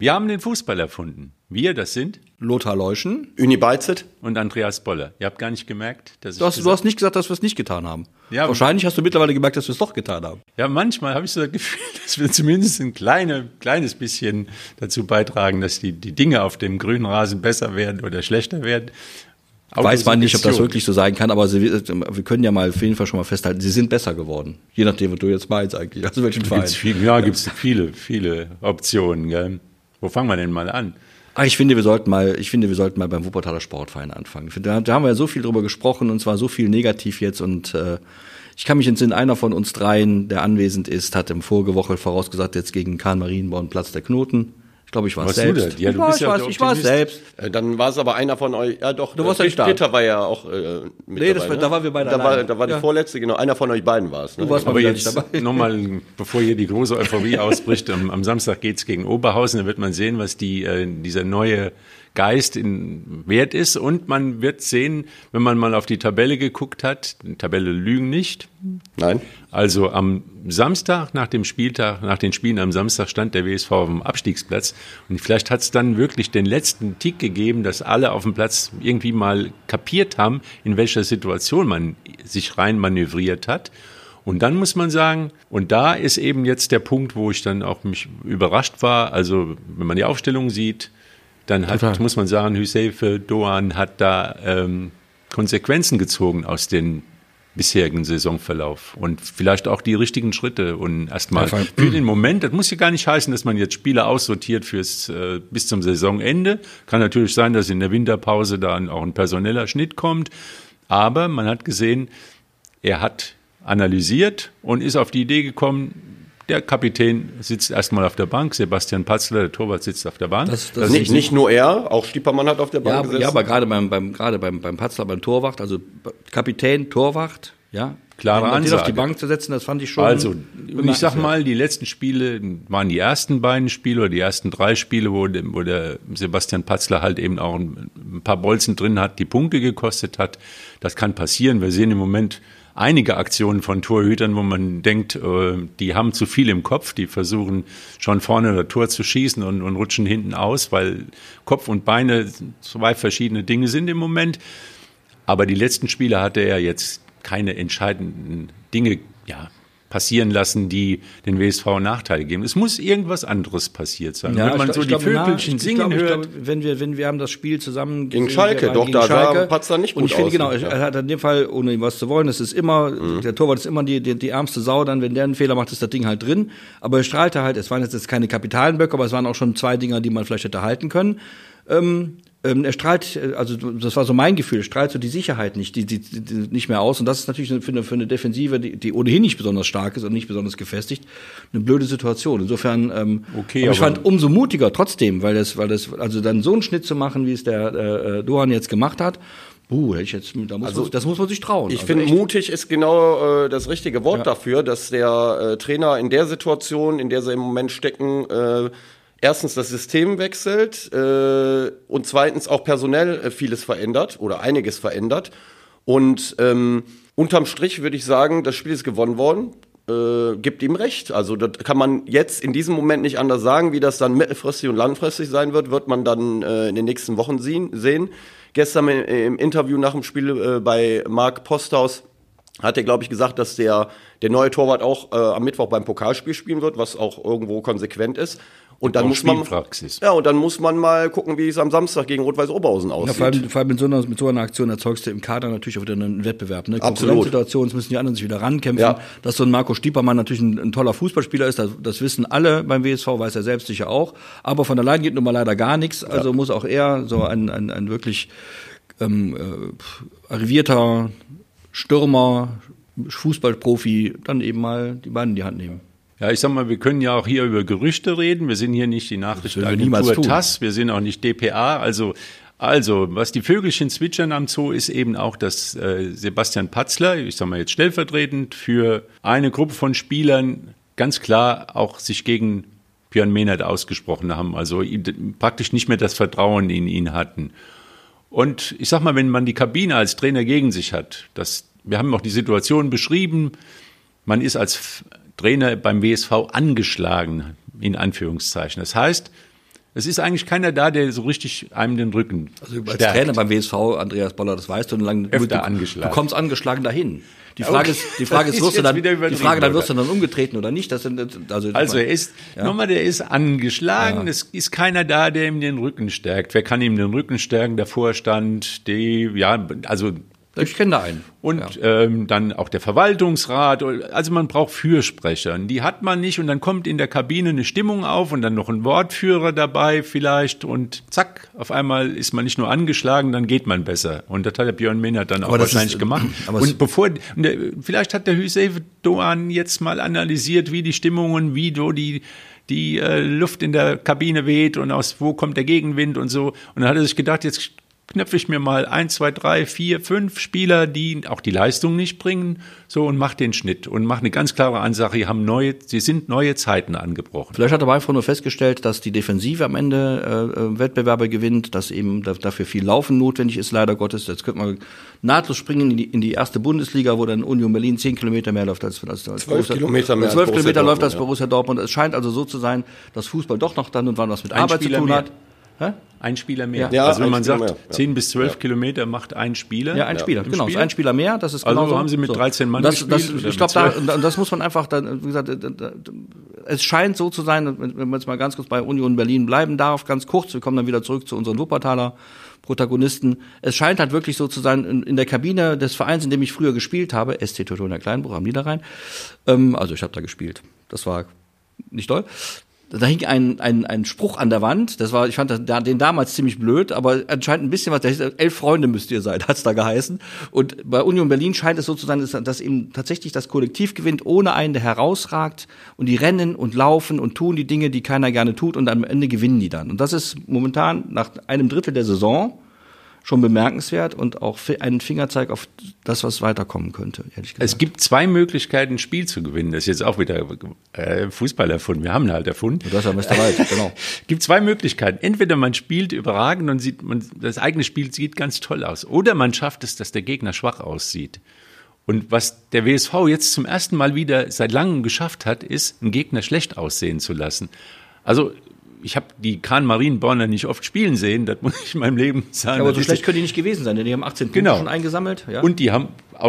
Wir haben den Fußball erfunden. Wir, das sind Lothar Leuschen. Uni Beizet. Und Andreas Boller. Ihr habt gar nicht gemerkt, dass Du hast nicht gesagt, dass wir es nicht getan haben. Ja, wahrscheinlich hast du mittlerweile gemerkt, dass wir es doch getan haben. Ja, manchmal habe ich so das Gefühl, dass wir zumindest ein kleines bisschen dazu beitragen, dass die Dinge auf dem grünen Rasen besser werden oder schlechter werden. Weiß man nicht, ob das wirklich so sein kann, aber wir können ja mal auf jeden Fall schon mal festhalten, sie sind besser geworden. Je nachdem, was du jetzt meinst eigentlich. Also welchen Verein. Gibt's viele Optionen. Gell? Wo fangen wir denn mal an? Ich finde, wir sollten mal beim Wuppertaler Sportverein anfangen. Da haben wir ja so viel drüber gesprochen und zwar so viel negativ jetzt und ich kann mich entsinnen, einer von uns dreien, der anwesend ist, hat im vorige Woche vorausgesagt, jetzt gegen Kahn Marienborn platzt der Knoten. Ich glaube, ich war es selbst. Ja, ich war es selbst. Dann war es aber einer von euch. Ja, doch. Du warst ja nicht da. Peter war ja auch mit dabei. Da waren wir beide alleine. Da war die vorletzte, genau. Einer von euch beiden war es. Ne? Du warst aber jetzt nochmal, bevor hier die große Euphorie ausbricht, am Samstag geht's gegen Oberhausen. Da wird man sehen, was dieser neue Geist wert ist. Und man wird sehen, wenn man mal auf die Tabelle geguckt hat, die Tabelle lügen nicht. Nein. Also am Samstag, nach den Spielen am Samstag stand der WSV auf dem Abstiegsplatz. Und vielleicht hat es dann wirklich den letzten Tick gegeben, dass alle auf dem Platz irgendwie mal kapiert haben, in welcher Situation man sich rein manövriert hat. Und dann muss man sagen, und da ist eben jetzt der Punkt, wo ich dann auch mich überrascht war, also wenn man die Aufstellung sieht, dann muss man sagen, Hüseyin Doğan hat da Konsequenzen gezogen aus dem bisherigen Saisonverlauf und vielleicht auch die richtigen Schritte und erstmal für den Moment, das muss ja gar nicht heißen, dass man jetzt Spieler aussortiert bis zum Saisonende. Kann natürlich sein, dass in der Winterpause dann auch ein personeller Schnitt kommt, aber man hat gesehen, er hat analysiert und ist auf die Idee gekommen, der Kapitän sitzt erstmal auf der Bank, Sebastian Patzler, der Torwart, sitzt auf der Bank. Das nicht nur er, auch Stiepermann hat auf der Bank gesessen. Ja, aber gerade beim Patzler, beim Torwart, also Kapitän, Torwart, ja. Klare Ansage. Den auf die Bank zu setzen, das fand ich schon. Also, ich sag mal, die letzten Spiele waren die ersten beiden Spiele oder die ersten 3 Spiele, wo der Sebastian Patzler halt eben auch ein paar Bolzen drin hat, die Punkte gekostet hat. Das kann passieren. Wir sehen im Moment einige Aktionen von Torhütern, wo man denkt, die haben zu viel im Kopf, die versuchen schon vorne das Tor zu schießen und rutschen hinten aus, weil Kopf und Beine 2 verschiedene Dinge sind im Moment. Aber die letzten Spiele hatte er jetzt keine entscheidenden Dinge passieren lassen, die den WSV Nachteile geben. Es muss irgendwas anderes passiert sein. Ja, wenn man die Vögelchen singen hört. Wenn wir haben das Spiel zusammen gegen Schalke, sah Patzer nicht gut aus. Und ich finde, er hat in dem Fall, ohne ihm was zu wollen, es ist immer, der Torwart ist immer die ärmste Sau, dann, wenn der einen Fehler macht, ist das Ding halt drin. Aber er strahlte halt, es waren jetzt keine kapitalen Böcke, aber es waren auch schon 2 Dinger, die man vielleicht hätte halten können. Er strahlt, also das war so mein Gefühl, er strahlt so die Sicherheit nicht mehr aus und das ist natürlich für eine Defensive, die ohnehin nicht besonders stark ist und nicht besonders gefestigt, eine blöde Situation. Insofern, okay, aber ich fand umso mutiger trotzdem, weil das, also dann so einen Schnitt zu machen, wie es der Doğan jetzt gemacht hat, das muss man sich trauen. Ich finde, mutig ist genau das richtige Wort dafür, dass der Trainer in der Situation, in der sie im Moment stecken, erstens das System wechselt und zweitens auch personell vieles verändert oder einiges verändert. Und unterm Strich würde ich sagen, das Spiel ist gewonnen worden. Gibt ihm recht. Also das kann man jetzt in diesem Moment nicht anders sagen. Wie das dann mittelfristig und langfristig sein wird man dann in den nächsten Wochen sehen. Gestern im Interview nach dem Spiel bei Marc Posthaus hat er, glaube ich, gesagt, dass der neue Torwart auch am Mittwoch beim Pokalspiel spielen wird, was auch irgendwo konsequent ist. Und dann muss man mal gucken, wie es am Samstag gegen Rot-Weiß Oberhausen aussieht. Ja, vor allem mit so einer Aktion erzeugst du im Kader natürlich auch wieder einen Wettbewerb. Ne? Absolut. Konkurrenzsituationen, müssen die anderen sich wieder rankämpfen. Ja. Dass so ein Marco Stiepermann natürlich ein toller Fußballspieler ist, das wissen alle beim WSV, weiß er selbst sicher auch. Aber von allein geht nun mal leider gar nichts. Also muss auch er so ein wirklich arrivierter Stürmer, Fußballprofi dann eben mal die Beine in die Hand nehmen. Ja, ich sag mal, wir können ja auch hier über Gerüchte reden. Wir sind hier nicht die Nachrichtenagentur TASS, wir sind auch nicht dpa. Also, was die Vögelchen zwitschern am Zoo, ist eben auch, dass Sebastian Patzler, ich sag mal jetzt stellvertretend für eine Gruppe von Spielern, ganz klar auch sich gegen Björn Mehnert ausgesprochen haben. Also praktisch nicht mehr das Vertrauen in ihn hatten. Und ich sag mal, wenn man die Kabine als Trainer gegen sich hat, wir haben auch die Situation beschrieben, man ist als Trainer beim WSV angeschlagen, in Anführungszeichen. Das heißt, Es ist eigentlich keiner da, der so richtig einem den Rücken Also als stärkt. Trainer beim WSV, Andreas Boller, das weißt du, Öfter angeschlagen. Du kommst angeschlagen dahin. Die Okay. Frage ist, Das ist wirst du jetzt wieder übertrieben, dann wirst du dann umgetreten oder nicht? Also er ist, nochmal, der ist angeschlagen, es ist keiner da, der ihm den Rücken stärkt. Wer kann ihm den Rücken stärken? Der Vorstand, ich kenne da einen. Und dann auch der Verwaltungsrat. Also man braucht Fürsprecher. Und die hat man nicht. Und dann kommt in der Kabine eine Stimmung auf und dann noch ein Wortführer dabei vielleicht. Und zack, auf einmal ist man nicht nur angeschlagen, dann geht man besser. Und das hat der Björn Mehnert dann auch wahrscheinlich gemacht. Vielleicht hat der Hüseyin Doğan jetzt mal analysiert, wie die Stimmungen, wie die Luft in der Kabine weht und aus wo kommt der Gegenwind und so. Und dann hat er sich gedacht, jetzt knöpfe ich mir mal 1, 2, 3, 4, 5 Spieler, die auch die Leistung nicht bringen, so und mach den Schnitt und mach eine ganz klare Ansage, sie sind neue Zeiten angebrochen. Vielleicht hat er einfach nur festgestellt, dass die Defensive am Ende Wettbewerbe gewinnt, dass eben dafür viel Laufen notwendig ist, leider Gottes. Jetzt könnte man nahtlos springen in die erste Bundesliga, wo dann Union Berlin 10 Kilometer mehr läuft als 12 Kilometer mehr. 12 Kilometer läuft als Borussia Dortmund. Es scheint also so zu sein, dass Fußball doch noch dann und wann was mit Arbeit zu tun hat. Ein Spieler mehr. Ja, also wenn man sagt, mehr. 10 bis 12 Kilometer macht ein Spieler. Ja, ein Spieler, genau. Spiel? Ein Spieler mehr, das ist genau Also so. haben sie mit 13 Mann gespielt? Ich glaube, das muss man einfach, wie gesagt, es scheint so zu sein, wenn wir jetzt mal ganz kurz bei Union Berlin bleiben darf, ganz kurz, wir kommen dann wieder zurück zu unseren Wuppertaler Protagonisten. Es scheint halt wirklich so zu sein, in der Kabine des Vereins, in dem ich früher gespielt habe, SC Teutonia Kleinbruch am Niederrhein, also ich habe da gespielt, das war nicht toll. Da hing ein Spruch an der Wand, ich fand den damals ziemlich blöd, aber anscheinend ein bisschen was, 11 Freunde müsst ihr sein, hat's da geheißen. Und bei Union Berlin scheint es so zu sein, dass eben tatsächlich das Kollektiv gewinnt, ohne einen, der herausragt. Und die rennen und laufen und tun die Dinge, die keiner gerne tut, und am Ende gewinnen die dann. Und das ist momentan nach einem Drittel der Saison schon bemerkenswert und auch einen Fingerzeig auf das, was weiterkommen könnte, ehrlich gesagt. Es gibt 2 Möglichkeiten, ein Spiel zu gewinnen. Das ist jetzt auch wieder Fußball erfunden. Wir haben ihn halt erfunden. Das ist ja Mr. Wald, genau. Es gibt 2 Möglichkeiten. Entweder man spielt überragend und das eigene Spiel sieht ganz toll aus. Oder man schafft es, dass der Gegner schwach aussieht. Und was der WSV jetzt zum ersten Mal wieder seit langem geschafft hat, ist, einen Gegner schlecht aussehen zu lassen. Also ich habe die Kahn-Marienborner nicht oft spielen sehen, das muss ich in meinem Leben sagen. Ja, aber so schlecht können die nicht gewesen sein, denn die haben 18 Punkte schon eingesammelt. Ja. Und die haben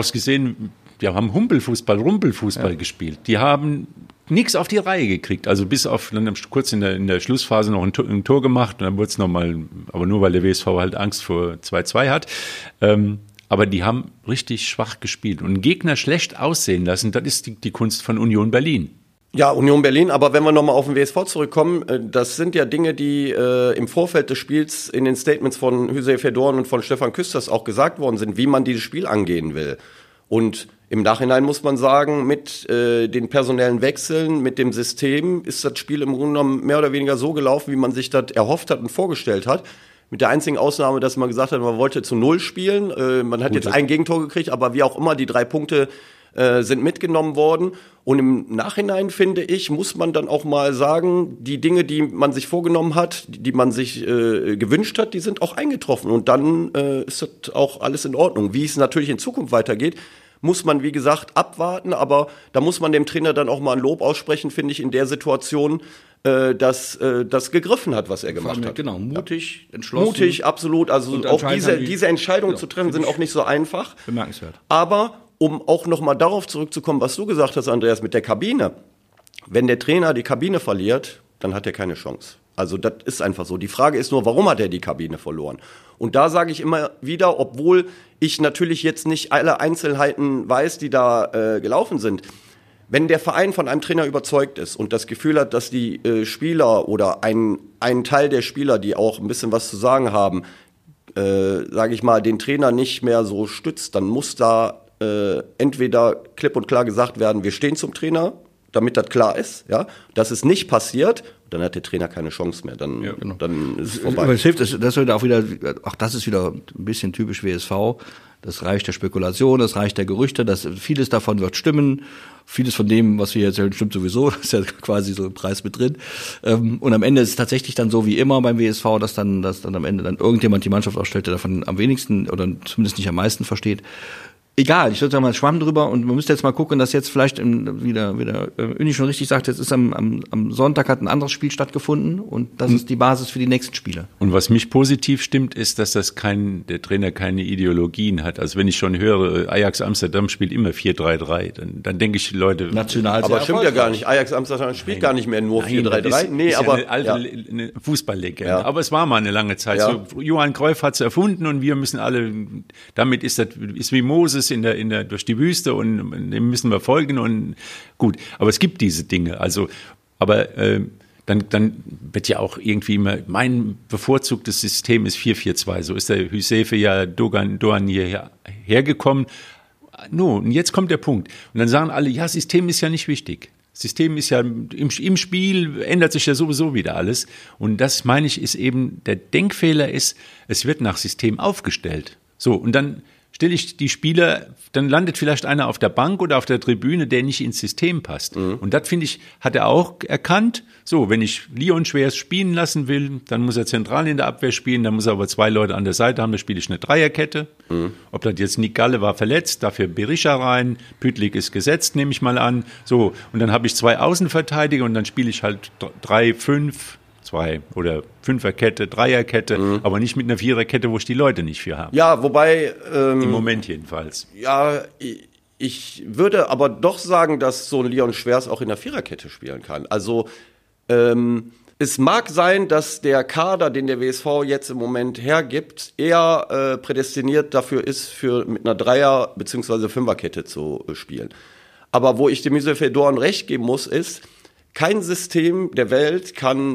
Rumpelfußball gespielt. Die haben nichts auf die Reihe gekriegt. Also bis auf dann kurz in der Schlussphase noch ein Tor gemacht und dann wurde es nochmal, aber nur weil der WSV halt Angst vor 2-2 hat. Aber die haben richtig schwach gespielt. Und einen Gegner schlecht aussehen lassen, das ist die Kunst von Union Berlin. Ja, Union Berlin, aber wenn wir nochmal auf den WSV zurückkommen, das sind ja Dinge, die im Vorfeld des Spiels in den Statements von Hüseyin Doğan und von Stefan Küsters auch gesagt worden sind, wie man dieses Spiel angehen will. Und im Nachhinein muss man sagen, mit den personellen Wechseln, mit dem System ist das Spiel im Grunde genommen mehr oder weniger so gelaufen, wie man sich das erhofft hat und vorgestellt hat. Mit der einzigen Ausnahme, dass man gesagt hat, man wollte zu 0 spielen. Man hat jetzt ein Gegentor gekriegt, aber wie auch immer, die 3 Punkte sind mitgenommen worden. Und im Nachhinein, finde ich, muss man dann auch mal sagen, die Dinge, die man sich vorgenommen hat, die man sich gewünscht hat, die sind auch eingetroffen. Und dann ist das auch alles in Ordnung. Wie es natürlich in Zukunft weitergeht, muss man, wie gesagt, abwarten. Aber da muss man dem Trainer dann auch mal ein Lob aussprechen, finde ich, in der Situation, dass das gegriffen hat, was er gemacht hat. Genau, mutig, entschlossen. Mutig, absolut. Also auch diese Entscheidungen zu treffen, sind auch nicht so einfach. Bemerkenswert. Aber um auch nochmal darauf zurückzukommen, was du gesagt hast, Andreas, mit der Kabine. Wenn der Trainer die Kabine verliert, dann hat er keine Chance. Also das ist einfach so. Die Frage ist nur, warum hat er die Kabine verloren? Und da sage ich immer wieder, obwohl ich natürlich jetzt nicht alle Einzelheiten weiß, die da gelaufen sind. Wenn der Verein von einem Trainer überzeugt ist und das Gefühl hat, dass die Spieler oder ein Teil der Spieler, die auch ein bisschen was zu sagen haben, sage ich mal, den Trainer nicht mehr so stützt, dann muss da entweder klipp und klar gesagt werden, wir stehen zum Trainer, damit das klar ist, ja, das ist nicht passiert, dann hat der Trainer keine Chance mehr, dann ist es vorbei. Aber es hilft, das ist wieder ein bisschen typisch WSV, das Reich der Spekulation, das Reich der Gerüchte, vieles davon wird stimmen, vieles von dem, was wir erzählen, stimmt sowieso, das ist ja quasi so im Preis mit drin. Und am Ende ist es tatsächlich dann so wie immer beim WSV, dass dann am Ende dann irgendjemand die Mannschaft aufstellt, der davon am wenigsten oder zumindest nicht am meisten versteht. egal, ich würde sagen mal Schwamm drüber und man müsste jetzt mal gucken, dass jetzt vielleicht, wie der Uni schon richtig sagt, jetzt ist am Sonntag hat ein anderes Spiel stattgefunden und das ist die Basis für die nächsten Spiele. Und was mich positiv stimmt, ist, dass der Trainer keine Ideologien hat. Also wenn ich schon höre, Ajax Amsterdam spielt immer 4-3-3, dann denke ich, Leute... National aber stimmt ja gar nicht. Ajax Amsterdam spielt gar nicht mehr nur 4-3-3. Nee, ist aber... Ja eine Fußballlegende. Ja. Aber es war mal eine lange Zeit. Ja. So, Johann Cruyff hat es erfunden und wir müssen alle... Damit ist wie Moses durch die Wüste und dem müssen wir folgen und gut. Aber es gibt diese Dinge. Also, aber dann wird ja auch irgendwie immer, mein bevorzugtes System ist 4-4-2. So ist der Hüsefe ja Doan hierher hergekommen. No, und jetzt kommt der Punkt. Und dann sagen alle, ja, System ist ja nicht wichtig. System ist ja im Spiel ändert sich ja sowieso wieder alles. Und das, meine ich, ist eben, der Denkfehler ist, es wird nach System aufgestellt. So, und dann stelle ich die Spieler, dann landet vielleicht einer auf der Bank oder auf der Tribüne, der nicht ins System passt. Und das, finde ich, hat er auch erkannt. So, wenn ich Lyon Schwers spielen lassen will, dann muss er zentral in der Abwehr spielen, dann muss er aber 2 Leute an der Seite haben, dann spiele ich eine Dreierkette. Ob das jetzt Nick Galle war verletzt, dafür Berisha rein, Püttlik ist gesetzt, nehme ich mal an. So, und dann habe ich 2 Außenverteidiger und dann spiele ich halt 3-5, 2 oder 5er-Kette, Dreierkette, aber nicht mit einer 4er-Kette, wo ich die Leute nicht für habe. Ja, wobei... Im Moment jedenfalls. Ja, ich würde aber doch sagen, dass so ein Lyon Schwers auch in der 4er-Kette spielen kann. Also es mag sein, dass der Kader, den der WSV jetzt im Moment hergibt, eher prädestiniert dafür ist, mit einer 3er- bzw. 5er-Kette zu spielen. Aber wo ich dem Michel Dorn recht geben muss, ist, kein System der Welt kann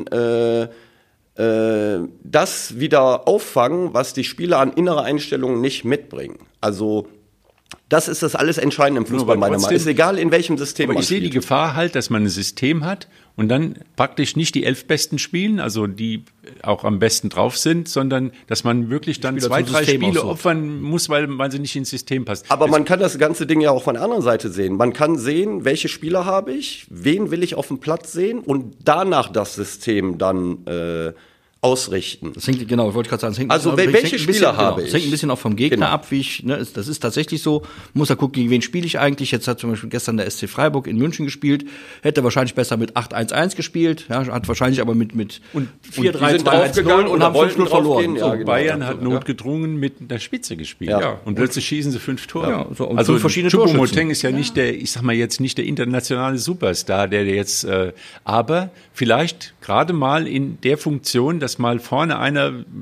das wieder auffangen, was die Spieler an innerer Einstellung nicht mitbringen. Also das ist das alles Entscheidende im Fußball, meiner Meinung nach. Ist egal, in welchem System man spielt. Ich sehe die Gefahr halt, dass man ein System hat und dann praktisch nicht die 11 Besten spielen, also die auch am besten drauf sind, sondern dass man wirklich dann 2, 3 Spiele opfern muss, weil sie nicht ins System passt. Aber man kann das ganze Ding ja auch von der anderen Seite sehen. Man kann sehen, welche Spieler habe ich, wen will ich auf dem Platz sehen und danach das System dann ausrichten. Das hängt, genau, wollte ich gerade sagen. Das hängt also welche Spieler habe ich? Das hängt ein bisschen auch vom Gegner ab, wie ich, das ist tatsächlich so. Muss da gucken, gegen wen spiele ich eigentlich. Jetzt hat zum Beispiel gestern der SC Freiburg in München gespielt, hätte wahrscheinlich besser mit 8-1-1 gespielt, ja, hat wahrscheinlich aber mit 4-3-2-1-0 und haben 5-0 verloren. Ja, genau. Bayern hat notgedrungen mit der Spitze gespielt. Ja. Und plötzlich schießen sie 5 Tore. Ja, so, also 5 verschiedene Torschützen. Choupo-Moting ist ja nicht der, ich sag mal jetzt nicht der internationale Superstar, der jetzt, aber vielleicht gerade mal in der Funktion, dass mal vorne einer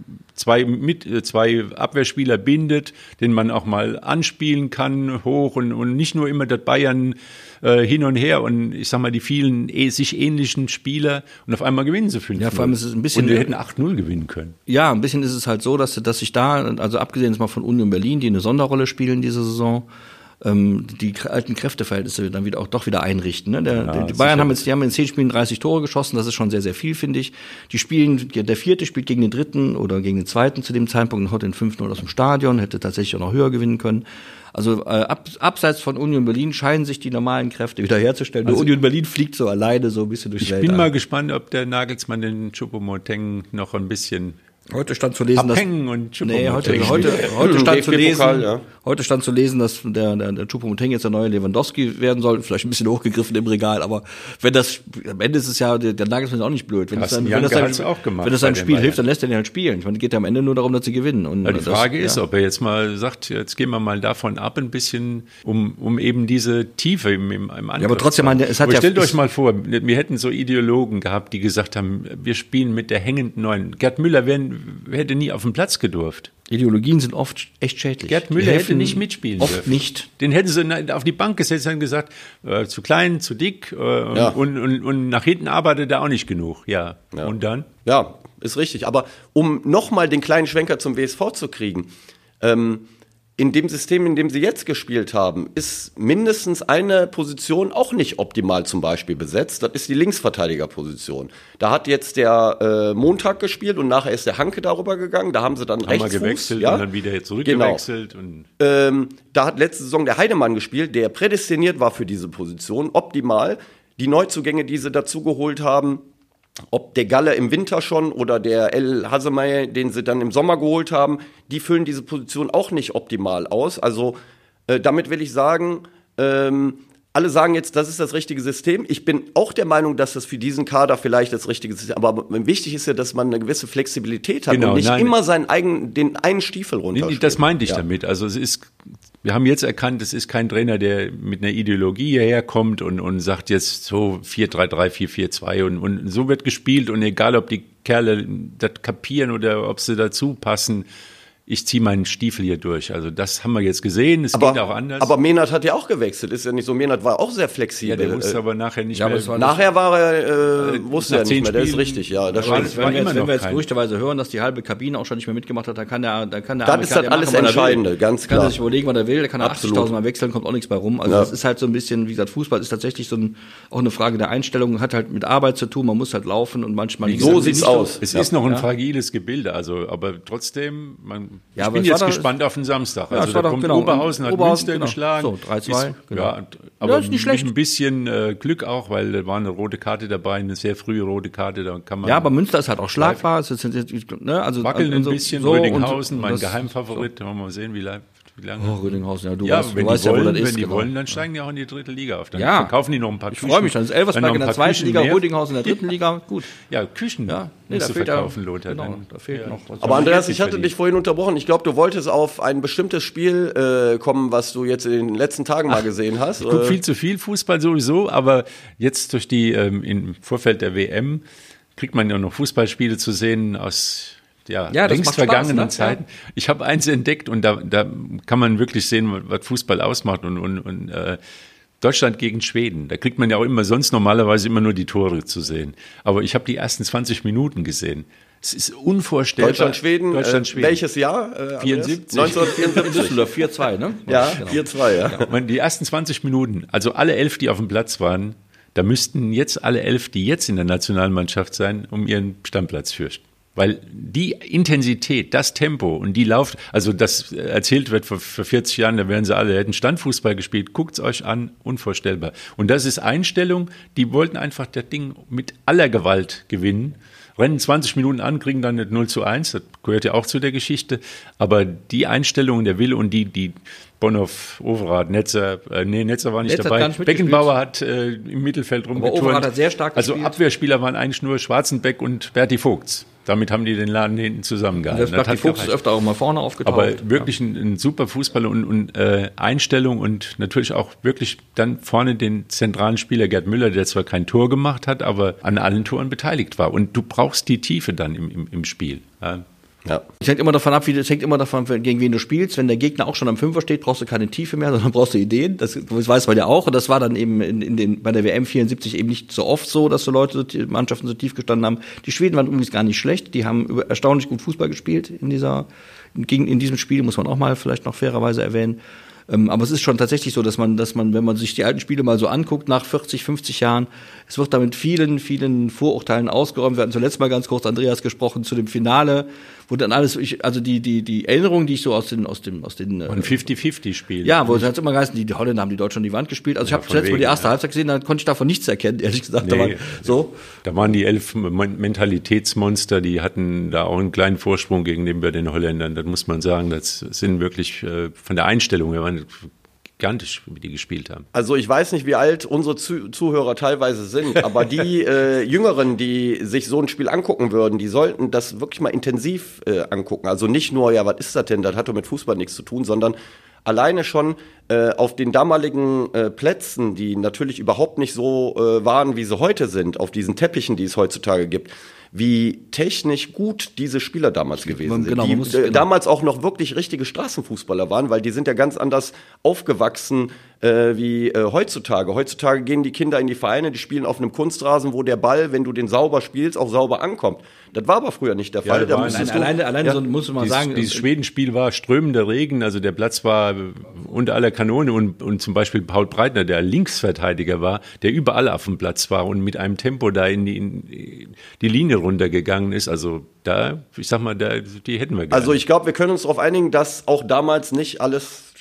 2 Abwehrspieler bindet, den man auch mal anspielen kann, hoch und nicht nur immer das Bayern hin und her und ich sag mal die vielen sich ähnlichen Spieler und auf einmal gewinnen sie 5-0. Ja, vor allem ist es ein bisschen. Und wir hätten 8-0 gewinnen können. Ja, ein bisschen ist es halt so, dass sich da, also abgesehen jetzt mal von Union Berlin, die eine Sonderrolle spielen diese Saison, die alten Kräfteverhältnisse dann wieder einrichten. Ne? Die Bayern haben in 10 Spielen 30 Tore geschossen, das ist schon sehr, sehr viel, finde ich. Der 4. spielt gegen den 3. oder gegen den 2. zu dem Zeitpunkt und haut den 5-0 aus dem Stadion, hätte tatsächlich auch noch höher gewinnen können. Also abseits von Union Berlin scheinen sich die normalen Kräfte wiederherzustellen. Also, Union Berlin fliegt so alleine so ein bisschen durch die Welt. Ich bin mal gespannt, ob der Nagelsmann den Choupo-Moting noch ein bisschen heute stand zu lesen, dass heute stand zu lesen, dass der Choupo-Moting jetzt der neue Lewandowski werden soll, vielleicht ein bisschen hochgegriffen im Regal, aber wenn das am Ende ist es ja der Nagelsmann ist auch nicht blöd, wenn das seinem Spiel hilft, dann lässt er ihn halt spielen. Ich meine, es geht ja am Ende nur darum, dass sie gewinnen. Und ja, die Frage ist, ob er jetzt mal sagt, jetzt gehen wir mal davon ab ein bisschen, um eben diese Tiefe im Angriff. Ja, aber trotzdem, stellt euch mal vor, wir hätten so Ideologen gehabt, die gesagt haben, wir spielen mit der hängenden Neun. Gerd Müller hätte nie auf den Platz gedurft. Ideologien sind oft echt schädlich. Gerd Müller hätte nicht mitspielen oft dürfen. Nicht. Den hätten sie auf die Bank gesetzt und gesagt, zu klein, zu dick und nach hinten arbeitet er auch nicht genug. Ja. Und dann? Ja, ist richtig. Aber um nochmal den kleinen Schwenker zum WSV zu kriegen, in dem System, in dem sie jetzt gespielt haben, ist mindestens eine Position auch nicht optimal zum Beispiel besetzt. Das ist die Linksverteidigerposition. Da hat jetzt der Montag gespielt und nachher ist der Hanke darüber gegangen. Da haben sie dann Rechtsfuß. Gewechselt und dann wieder zurückgewechselt. Genau. Und da hat letzte Saison der Heidemann gespielt, der prädestiniert war für diese Position, optimal. Die Neuzugänge, die sie dazu geholt haben, ob der Galle im Winter schon oder der El Hasemey, den sie dann im Sommer geholt haben, die füllen diese Position auch nicht optimal aus. Also Damit will ich sagen, alle sagen jetzt, das ist das richtige System. Ich bin auch der Meinung, dass das für diesen Kader vielleicht das richtige System ist. Aber wichtig ist ja, dass man eine gewisse Flexibilität hat und nicht immer den einen Stiefel runterspielt. Das meinte ich damit. Also wir haben jetzt erkannt, es ist kein Trainer, der mit einer Ideologie hierher kommt und sagt jetzt so 4-3-3, 4-4-2 und so wird gespielt und egal, ob die Kerle das kapieren oder ob sie dazu passen, ich ziehe meinen Stiefel hier durch. Also das haben wir jetzt gesehen, es geht auch anders. Aber Mehnert hat ja auch gewechselt, ist ja nicht so. Mehnert war auch sehr flexibel. Ja, der wusste aber nachher nicht mehr. Nachher wusste er nicht mehr, das ist richtig. Ja, das stimmt. Wenn wir jetzt gerüchteweise hören, dass die halbe Kabine auch schon nicht mehr mitgemacht hat, dann kann der dann ist das alles Entscheidende, ganz klar. Kann er sich überlegen, was er will, der kann 80.000 Mal wechseln, kommt auch nichts bei rum. Also das ist halt so ein bisschen, wie gesagt, Fußball ist tatsächlich auch eine Frage der Einstellung, hat halt mit Arbeit zu tun, man muss halt laufen und manchmal... So sieht's aus. Es ist noch ein fragiles Gebilde, also, aber trotzdem, ich bin jetzt gespannt auf den Samstag. Also da kommt Oberhausen, hat Münster geschlagen. So, 3-2. Ja, aber ist nicht schlecht. Mit ein bisschen Glück auch, weil da war eine rote Karte dabei, eine sehr frühe rote Karte. Da kann man aber Münster ist halt auch schlagbar. Wackeln ein bisschen, so, Rödinghausen, mein Geheimfavorit. Da wollen wir mal sehen, wie lange. Rödinghausen, du weißt ja, wo das ist. Wenn die wollen, dann steigen die auch in die dritte Liga auf. Dann verkaufen die noch ein paar Küchen. Ich freue mich, dann ist Elversberg in der zweiten Liga, Rödinghausen in der dritten Liga. Gut. Ja, Küchen musst du verkaufen, Lothar. Genau, da fehlt noch was. Aber Andreas, ich hatte dich vorhin unterbrochen. Ich glaube, du wolltest auf ein bestimmtes Spiel kommen, was du jetzt in den letzten Tagen mal gesehen hast. Ich gucke viel zu viel Fußball sowieso, aber jetzt durch die im Vorfeld der WM kriegt man ja noch Fußballspiele zu sehen aus längst vergangenen Zeiten. Ja. Ich habe eins entdeckt und da kann man wirklich sehen, was Fußball ausmacht und Deutschland gegen Schweden. Da kriegt man ja auch sonst normalerweise immer nur die Tore zu sehen. Aber ich habe die ersten 20 Minuten gesehen. Es ist unvorstellbar. Deutschland-Schweden. Welches Jahr? 74. 1974. 4-2, ne? Ja, genau. 4-2, ja. Die ersten 20 Minuten, also alle 11, die auf dem Platz waren, da müssten jetzt alle 11, die jetzt in der Nationalmannschaft sein, um ihren Stammplatz fürchten. Weil die Intensität, das Tempo und die also das erzählt wird vor 40 Jahren, da hätten Standfußball gespielt, guckt's euch an, unvorstellbar. Und das ist Einstellung, die wollten einfach das Ding mit aller Gewalt gewinnen, rennen 20 Minuten an, kriegen dann nicht 0-1, das gehört ja auch zu der Geschichte, aber die Einstellung, der Wille und die Bonhoff, Overath, Netzer war nicht dabei. Beckenbauer hat im Mittelfeld rumgeturnt. Aber Overath hat sehr stark gespielt. Also Abwehrspieler waren eigentlich nur Schwarzenbeck und Berti Vogts. Damit haben die den Laden hinten zusammengehalten. Berti Vogts ist öfter auch mal vorne aufgetaucht. Aber wirklich ein super Fußballer und Einstellung und natürlich auch wirklich dann vorne den zentralen Spieler Gerd Müller, der zwar kein Tor gemacht hat, aber an allen Toren beteiligt war. Und du brauchst die Tiefe dann im Spiel. Ja. Es hängt immer davon ab, gegen wen du spielst. Wenn der Gegner auch schon am Fünfer steht, brauchst du keine Tiefe mehr, sondern brauchst du Ideen. Das weiß man ja auch. Und das war dann eben bei der WM 74 eben nicht so oft so, dass Mannschaften so tief gestanden haben. Die Schweden waren übrigens gar nicht schlecht. Die haben erstaunlich gut Fußball gespielt in diesem Spiel, muss man auch mal vielleicht noch fairerweise erwähnen. Aber es ist schon tatsächlich so, dass man, wenn man sich die alten Spiele mal so anguckt, nach 40, 50 Jahren, es wird da mit vielen, vielen Vorurteilen ausgeräumt. Wir hatten zuletzt mal ganz kurz, Andreas, gesprochen zu dem Finale, wo dann alles, also die Erinnerungen, die ich so aus den 50-50-Spielen. Ja, wo es hat immer geheißen, die Holländer haben die Deutschen an die Wand gespielt. Also ich habe zuletzt mal die erste Halbzeit gesehen, dann konnte ich davon nichts erkennen, ehrlich gesagt. Da waren die 11 Mentalitätsmonster, die hatten da auch einen kleinen Vorsprung gegenüber den Holländern. Das muss man sagen, das sind wirklich von der Einstellung, wir waren gigantisch, wie die gespielt haben. Also ich weiß nicht, wie alt unsere Zuhörer teilweise sind, aber die Jüngeren, die sich so ein Spiel angucken würden, die sollten das wirklich mal intensiv angucken. Also nicht nur, was ist das denn, das hat doch mit Fußball nichts zu tun, sondern alleine schon auf den damaligen Plätzen, die natürlich überhaupt nicht so waren, wie sie heute sind, auf diesen Teppichen, die es heutzutage gibt, wie technisch gut diese Spieler damals gewesen sind. Genau, die damals auch noch wirklich richtige Straßenfußballer waren, weil die sind ja ganz anders aufgewachsen wie heutzutage. Heutzutage gehen die Kinder in die Vereine, die spielen auf einem Kunstrasen, wo der Ball, wenn du den sauber spielst, auch sauber ankommt. Das war aber früher nicht der Fall. Alleine so muss man sagen. Dieses Schwedenspiel war strömender Regen, also der Platz war unter aller Kanone und zum Beispiel Paul Breitner, der Linksverteidiger war, der überall auf dem Platz war und mit einem Tempo da in die Linie runtergegangen ist. Also die hätten wir gerne. Also ich glaube, wir können uns darauf einigen, dass auch damals nicht alles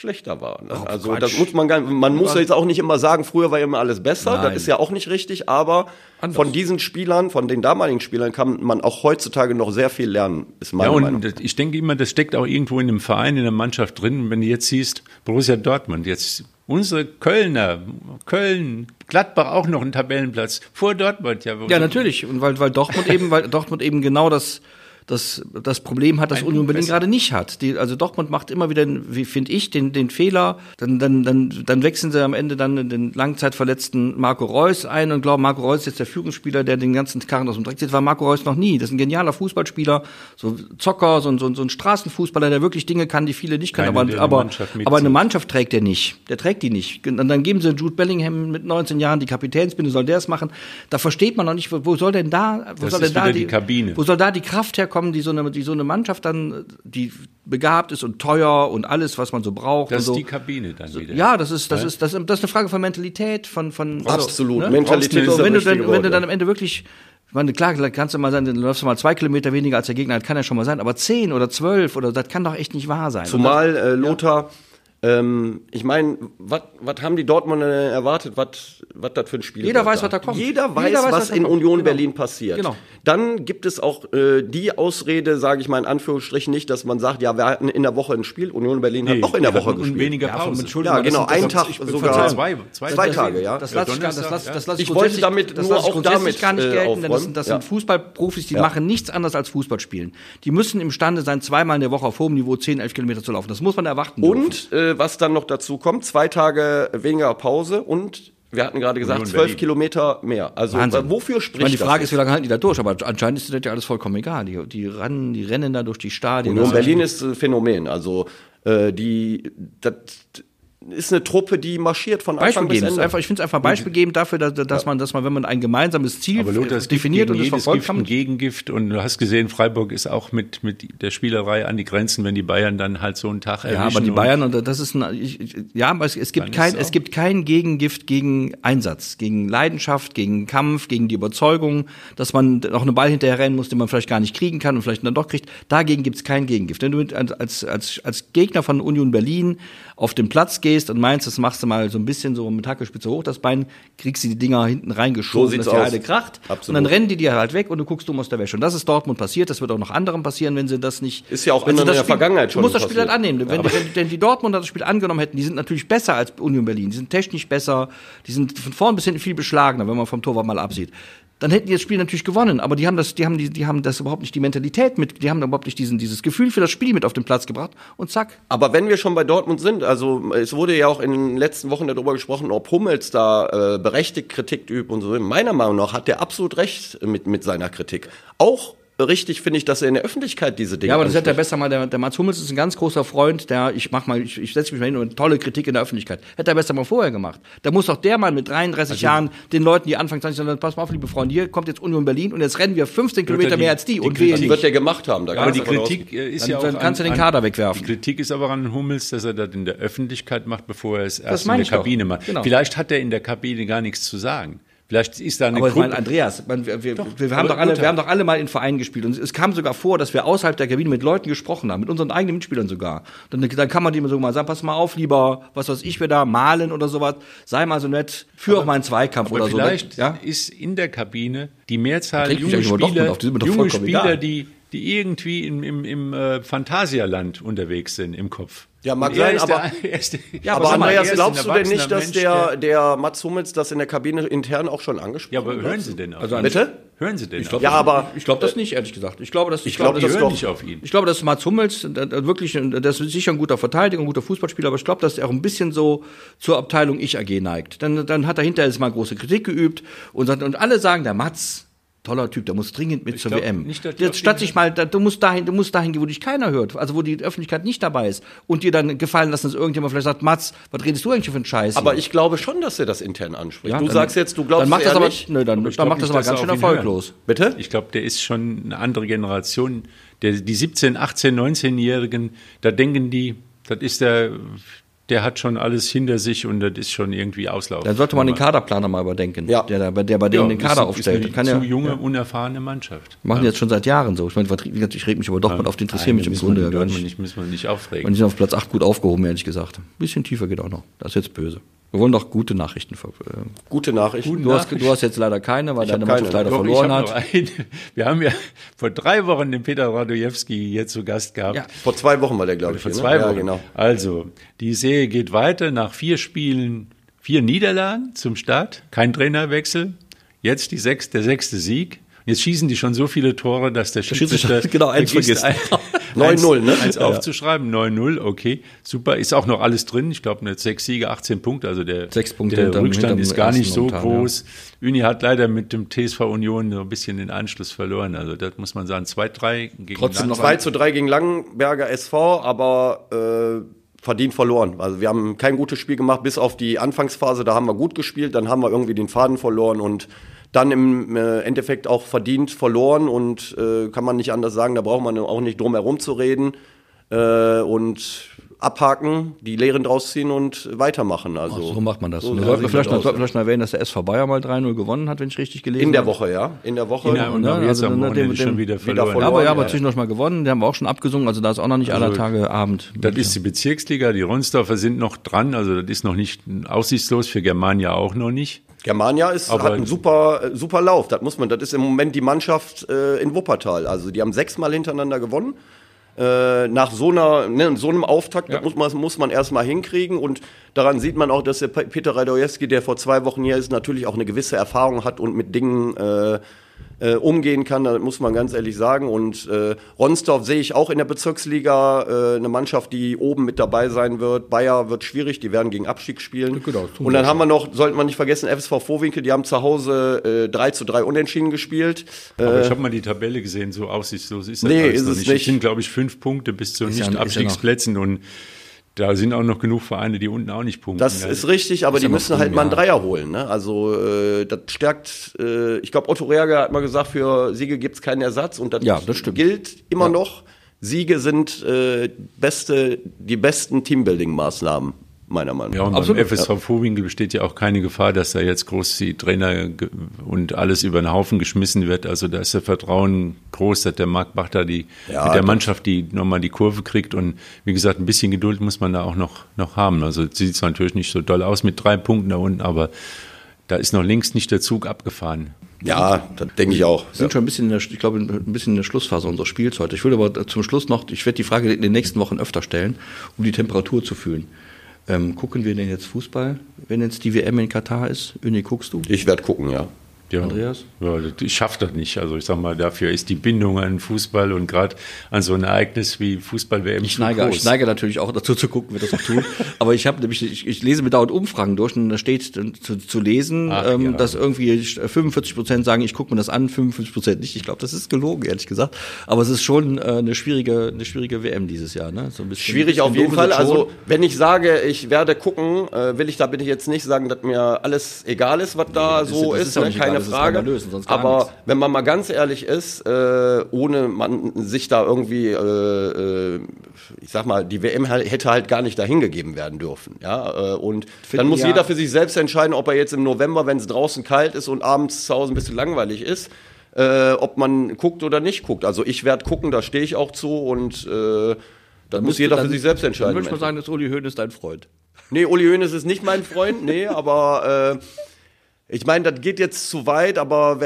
schlechter war. Ne? Oh, also Quatsch. das muss man muss jetzt auch nicht immer sagen, früher war immer alles besser, Nein. das ist ja auch nicht richtig, aber von diesen Spielern, von den damaligen Spielern kann man auch heutzutage noch sehr viel lernen, ist meine Meinung. Und ich denke immer, das steckt auch irgendwo in dem Verein, in der Mannschaft drin. Wenn du jetzt siehst, Borussia Dortmund, jetzt unsere Köln, Gladbach auch noch einen Tabellenplatz vor Dortmund. Ja, natürlich. Und weil Dortmund eben genau das Problem hat, das Union Berlin gerade nicht hat. Also Dortmund macht immer wieder, wie finde ich, den Fehler. Dann wechseln sie am Ende dann den langzeitverletzten Marco Reus ein und glauben, Marco Reus ist jetzt der Führungsspieler, der den ganzen Karren aus dem Dreck zieht. War Marco Reus noch nie. Das ist ein genialer Fußballspieler, so Zocker, so ein Straßenfußballer, der wirklich Dinge kann, die viele nicht können. Aber eine Mannschaft trägt der nicht. Der trägt die nicht. Und dann geben sie Jude Bellingham mit 19 Jahren die Kapitänsbinde, soll der es machen. Da versteht man noch nicht, wo soll denn da die Kabine? Wo soll da die Kraft herkommen, die so eine Mannschaft dann, die begabt ist und teuer und alles, was man so braucht. Das und so. ist die Kabine dann wieder. Ja, das ist eine Frage von Mentalität, von Absolut, ne? Mentalität ist das richtige Wort, wenn du dann am Ende wirklich, ich meine, klar, kannst du mal sein, dann läufst du mal 2 Kilometer weniger als der Gegner, das kann ja schon mal sein, aber 10 oder 12 oder das kann doch echt nicht wahr sein. Zumal, Lothar, ich meine, was haben die Dortmunder erwartet, was das für ein Spiel ist? Jeder weiß, was da kommt. Jeder weiß, was in Union Berlin passiert. Genau. Dann gibt es auch die Ausrede, sage ich mal in Anführungsstrichen nicht, dass man sagt, ja, wir hatten in der Woche ein Spiel, Union Berlin hat auch in der Woche gespielt. Weniger Pause. Ja, genau, einen Tag sogar. Zwei Tage, ja. Das lasse ich Ich wollte damit nur auch damit gar nicht gelten, denn aufräumen. das sind Fußballprofis, die machen nichts anderes als Fußball spielen. Die müssen imstande sein, zweimal in der Woche auf hohem Niveau 10, 11 Kilometer zu laufen. Das muss man erwarten dürfen. Und was dann noch dazu kommt, 2 Tage weniger Pause und wir hatten gerade gesagt, 12 Kilometer mehr. Also wofür spricht das? Die Frage ist, wie lange halten die da durch? Aber anscheinend ist das ja alles vollkommen egal. Die rennen da durch die Stadien. Union Berlin ist ein Phänomen. Also das ist eine Truppe, die marschiert von Anfang bis Ende. Ich finde es einfach ein Beispiel geben dafür, dass man, wenn man ein gemeinsames Ziel definiert und es verfolgt, kann man Gegengift. Und du hast gesehen, Freiburg ist auch mit der Spielerei an die Grenzen, wenn die Bayern dann halt so einen Tag erwischen. Ja, aber die Bayern, und das ist aber es gibt kein Gegengift gegen Einsatz, gegen Leidenschaft, gegen Kampf, gegen die Überzeugung, dass man noch einen Ball hinterher rennen muss, den man vielleicht gar nicht kriegen kann und vielleicht dann doch kriegt. Dagegen gibt es kein Gegengift. Wenn du als Gegner von Union Berlin auf den Platz gehst und meinst, das machst du mal so ein bisschen so mit Hackelspitze hoch, das Bein, kriegst du die Dinger hinten reingeschoben, so dass die Heide kracht. Absolut. Und dann rennen die dir halt weg und du guckst dumm aus der Wäsche. Und das ist Dortmund passiert, das wird auch noch anderen passieren, wenn sie das nicht... Ist ja auch in der Vergangenheit schon passiert. Du musst das Spiel passiert. halt annehmen. Wenn die Dortmunder das Spiel angenommen hätten, die sind natürlich besser als Union Berlin, die sind technisch besser, die sind von vorn bis hinten viel beschlagener, wenn man vom Torwart mal absieht. Dann hätten die das Spiel natürlich gewonnen, aber die haben das überhaupt nicht die Mentalität mit, die haben überhaupt nicht dieses Gefühl für das Spiel mit auf den Platz gebracht und zack. Aber wenn wir schon bei Dortmund sind, also es wurde ja auch in den letzten Wochen darüber gesprochen, ob Hummels da berechtigt Kritik übt und so. Meiner Meinung nach hat der absolut recht mit seiner Kritik. Auch richtig finde ich, dass er in der Öffentlichkeit diese Dinge Ja, aber das hätte er besser mal, der Mats Hummels ist ein ganz großer Freund, ich setze mich mal hin und tolle Kritik in der Öffentlichkeit. Hätte er besser mal vorher gemacht. Da muss doch der mal mit 33 Jahren den Leuten, die Anfang 20 sagen, pass mal auf, liebe Freunde, hier kommt jetzt Union Berlin und jetzt rennen wir 15 Kilometer mehr als die. Und das wird er gemacht haben. Aber die Kritik ist ja auch... Dann kannst du den Kader wegwerfen. Die Kritik ist aber an Hummels, dass er das in der Öffentlichkeit macht, bevor er es erst in der Kabine macht. Genau. Vielleicht hat er in der Kabine gar nichts zu sagen. Vielleicht ist da eine aber Gruppe. Ich meine, Andreas, wir haben doch alle mal in Vereinen gespielt. Und es kam sogar vor, dass wir außerhalb der Kabine mit Leuten gesprochen haben, mit unseren eigenen Mitspielern sogar. Dann kann man dem so mal sagen, pass mal auf, lieber, was weiß ich, wir da malen oder sowas, sei mal so nett, führ auch mal einen Zweikampf oder so. Vielleicht ist in der Kabine die Mehrzahl junge Spieler, die irgendwie im Phantasialand unterwegs sind im Kopf. Ja, mag sein, aber Andreas, glaubst du denn nicht, dass der Mats Hummels das in der Kabine intern auch schon angesprochen hat? Ja, aber hören Sie denn auf ihn? Bitte? Hören Sie denn auf ihn? Ich glaube das nicht, ehrlich gesagt. Ich glaube, das hören nicht auf ihn. Ich glaube, dass Mats Hummels wirklich, das ist sicher ein guter Verteidiger, ein guter Fußballspieler, aber ich glaube, dass er auch ein bisschen so zur Abteilung Ich-AG neigt. Dann hat er hinterher jetzt mal große Kritik geübt und alle sagen, der Mats, toller Typ, der muss dringend mit zur WM. Jetzt statt sich mal, du musst dahin, wo dich keiner hört, also wo die Öffentlichkeit nicht dabei ist und dir dann gefallen lassen, dass irgendjemand vielleicht sagt, Mats, was redest du eigentlich für einen Scheiß? Aber ich glaube schon, dass er das intern anspricht. Ja, du sagst jetzt, du glaubst dann macht das aber nicht. Nö, dann macht das aber ganz schön erfolglos. Bitte? Ich glaube, der ist schon eine andere Generation. Die 17, 18, 19-Jährigen, da denken die, das ist der hat schon alles hinter sich und das ist schon irgendwie Auslauf. Dann sollte man den Kaderplaner mal überdenken, der bei denen den Kader aufstellt. Ist eine zu junge, unerfahrene Mannschaft. Machen die jetzt schon seit Jahren so. Ich meine, ich reg mich aber doch mal auf, die interessieren mich im Grunde gar nicht. Müssen wir nicht aufregen. Und die sind auf Platz 8 gut aufgehoben, ehrlich gesagt. Ein bisschen tiefer geht auch noch. Das ist jetzt böse. Wir wollen doch gute Nachrichten. Gute Nachrichten. Du hast jetzt leider keine, weil deine Mannschaft leider verloren hat. Wir haben ja vor 3 Wochen den Peter Radojewski hier zu Gast gehabt. Ja. Vor 2 Wochen war der, glaube ich. Vor 2 Wochen. Ja, genau. Also, die Serie geht weiter nach 4 Spielen, 4 Niederlagen zum Start. Kein Trainerwechsel. Jetzt der 6. Sieg. Jetzt schießen die schon so viele Tore, dass der Schiedsrichter genau eins vergisst. 9-0, ne? Eins aufzuschreiben, 9-0, okay, super. Ist auch noch alles drin. Ich glaube, 6 Siege, 18 Punkte. Also der Rückstand ist gar nicht so groß. Ja. Uni hat leider mit dem TSV Union so ein bisschen den Anschluss verloren. Also das muss man sagen, 2-3 gegen Trotzdem noch 2-3 gegen Langenberger SV, aber verdient verloren. Also wir haben kein gutes Spiel gemacht, bis auf die Anfangsphase. Da haben wir gut gespielt, dann haben wir irgendwie den Faden verloren und dann im Endeffekt auch verdient verloren und kann man nicht anders sagen, da braucht man auch nicht drum herum zu reden und abhaken, die Lehren draus ziehen und weitermachen. Also so macht man das. So sollten wir vielleicht noch erwähnen, dass der SV Bayer mal 3-0 gewonnen hat, wenn ich richtig gelesen habe. In der Woche, ja. In der Woche. Und jetzt am Wochenende schon wieder verloren. Aber zwischendurch mal gewonnen, die haben wir auch schon abgesungen, also da ist auch noch nicht aller Tage Abend. Das ist die Bezirksliga, die Ronsdorfer sind noch dran, also das ist noch nicht aussichtslos, für Germania auch noch nicht. Germania hat einen super Lauf. Das ist im Moment die Mannschaft in Wuppertal. Also die haben 6-mal hintereinander gewonnen. Nach so einem Auftakt, ja. Das muss man erstmal hinkriegen. Und daran sieht man auch, dass der Peter Radojewski, der vor 2 Wochen hier ist, natürlich auch eine gewisse Erfahrung hat und mit Dingen umgehen kann, das muss man ganz ehrlich sagen. Und Ronsdorf sehe ich auch in der Bezirksliga, eine Mannschaft, die oben mit dabei sein wird. Bayer wird schwierig, die werden gegen Abstieg spielen. Genau, und dann haben wir noch, sollte man nicht vergessen, FSV Vohwinkel, die haben zu Hause 3-3 unentschieden gespielt. Aber ich habe mal die Tabelle gesehen, so aussichtslos ist das ist noch nicht. Es sind, glaube ich, 5 Punkte bis zu Nicht-Abstiegsplätzen und da sind auch noch genug Vereine, die unten auch nicht punkten. Das ist richtig, aber die müssen halt mal einen Dreier holen. Ne? Also das stärkt, ich glaube, Otto Reager hat mal gesagt, für Siege gibt's keinen Ersatz. Und das gilt immer noch. Siege sind die besten Teambuilding-Maßnahmen, meiner Meinung nach. Ja, und absolut. Beim FSV Vohwinkel besteht ja auch keine Gefahr, dass da jetzt groß die Trainer und alles über den Haufen geschmissen wird. Also da ist der Vertrauen groß, dass der Marc Bach da mit der Mannschaft die nochmal die Kurve kriegt. Und wie gesagt, ein bisschen Geduld muss man da auch noch haben. Also sieht es natürlich nicht so doll aus mit 3 Punkten da unten, aber da ist noch längst nicht der Zug abgefahren. Ja, das denke ich auch. Wir sind schon ein bisschen in der Schlussphase unseres Spiels heute. Ich will aber zum Schluss noch, ich werde die Frage in den nächsten Wochen öfter stellen, um die Temperatur zu fühlen. Gucken wir denn jetzt Fußball, wenn jetzt die WM in Katar ist? Uni, guckst du? Ich werde gucken, ja. Ja, Andreas? Ja, ich schaffe das nicht. Also ich sag mal, dafür ist die Bindung an Fußball und gerade an so ein Ereignis wie Fußball-WM Ich neige natürlich auch dazu zu gucken, wie das auch tun. Aber ich lese mir dauernd Umfragen durch und da steht zu lesen, dass irgendwie 45% sagen, ich gucke mir das an, 55% nicht. Ich glaube, das ist gelogen, ehrlich gesagt. Aber es ist schon eine schwierige WM dieses Jahr. Ne? So ein bisschen schwierig auf jeden Fall. Also wenn ich sage, ich werde gucken, will ich jetzt nicht sagen, dass mir alles egal ist, was da so ist. Keine Frage, aber wenn man mal ganz ehrlich ist, ohne man sich da irgendwie, ich sag mal, die WM hätte halt gar nicht dahin gegeben werden dürfen, ja, und dann muss jeder für sich selbst entscheiden, ob er jetzt im November, wenn es draußen kalt ist und abends zu Hause ein bisschen langweilig ist, ob man guckt oder nicht guckt. Also ich werde gucken, da stehe ich auch zu und da muss jeder für sich selbst entscheiden. Dann würde ich mal sagen, dass Uli Hoeneß dein Freund. Nee, Uli Hoeneß ist nicht mein Freund, nee, aber ich meine, das geht jetzt zu weit, aber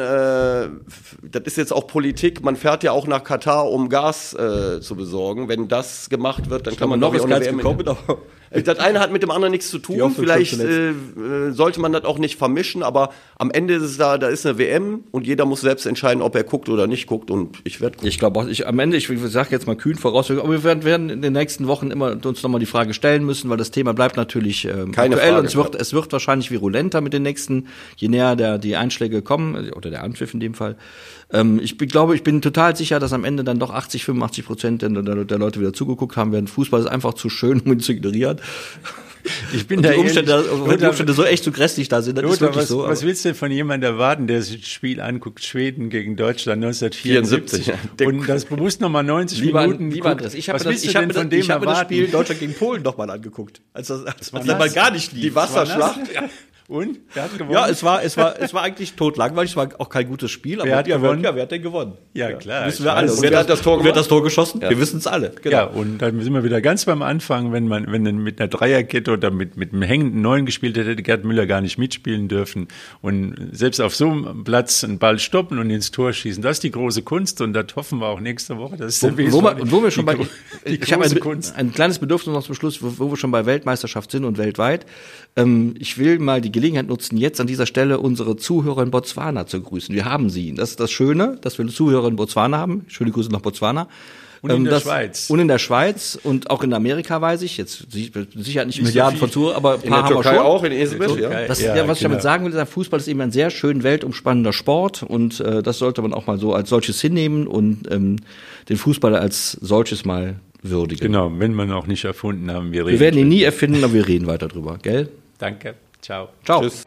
das ist jetzt auch Politik, man fährt ja auch nach Katar, um Gas zu besorgen. Wenn das gemacht wird, dann kann man noch eine WM bekommen. Das eine hat mit dem anderen nichts zu tun. Vielleicht sollte man das auch nicht vermischen, aber am Ende ist es da ist eine WM und jeder muss selbst entscheiden, ob er guckt oder nicht guckt und ich werde gucken. Ich glaube auch, am Ende, ich sage jetzt mal kühn voraus, aber wir werden in den nächsten Wochen immer uns nochmal die Frage stellen müssen, weil das Thema bleibt natürlich aktuell und es wird wahrscheinlich virulenter mit den nächsten, je näher die Einschläge kommen, oder der Anpfiff in dem Fall. Ich bin total sicher, dass am Ende dann doch 85% der Leute wieder zugeguckt haben werden. Fußball ist einfach zu schön, um ihn zu ignorieren. Ich bin Und da die Umstände, ehrlich, wenn die Umstände so echt so grässlich da sind, das ist wirklich so. Was willst du denn von jemandem erwarten, der sich das Spiel anguckt, Schweden gegen Deutschland 1974 und das bewusst nochmal 90 Minuten Lieber Andreas, ich habe mir das Spiel Deutschland gegen Polen nochmal angeguckt, als mal gar nicht lief. Die Wasserschlacht. Und? Wer hat gewonnen? Ja, es war eigentlich totlangweilig, es war auch kein gutes Spiel. Wer hat gewonnen? Wer hat denn gewonnen? Ja, klar. Wissen wir alle. Und wer hat das Tor gemacht? Wer hat das Tor geschossen? Ja. Wir wissen es alle. Genau. Ja, und dann sind wir wieder ganz beim Anfang, wenn dann mit einer Dreierkette oder mit einem hängenden Neun gespielt hätte, hätte Gerd Müller gar nicht mitspielen dürfen. Und selbst auf so einem Platz einen Ball stoppen und ins Tor schießen, das ist die große Kunst und das hoffen wir auch nächste Woche. Das ist wo wir schon bei, ich habe Kunst. ein kleines Bedürfnis noch zum Schluss, wo wir schon bei Weltmeisterschaft sind und weltweit. Ich will mal die Gelegenheit nutzen, jetzt an dieser Stelle unsere Zuhörer in Botswana zu grüßen. Wir haben sie. Das ist das Schöne, dass wir Zuhörer in Botswana haben. Schöne Grüße nach Botswana. Und in der Schweiz. Und in der Schweiz und auch in Amerika, weiß ich. Jetzt sicher nicht Milliarden von Zuhörern, aber ein paar haben wir schon. auch. In Izmir, ja. Was ich damit sagen will, der Fußball ist eben ein sehr schön weltumspannender Sport und das sollte man auch mal so als solches hinnehmen und den Fußball als solches mal würdigen. Genau, wenn wir ihn auch nicht erfunden haben. Wir werden ihn nie erfinden, aber wir reden weiter drüber, gell? Danke. Ciao. Ciao. Tschüss.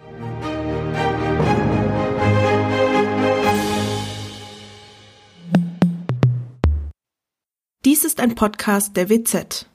Dies ist ein Podcast der WZ.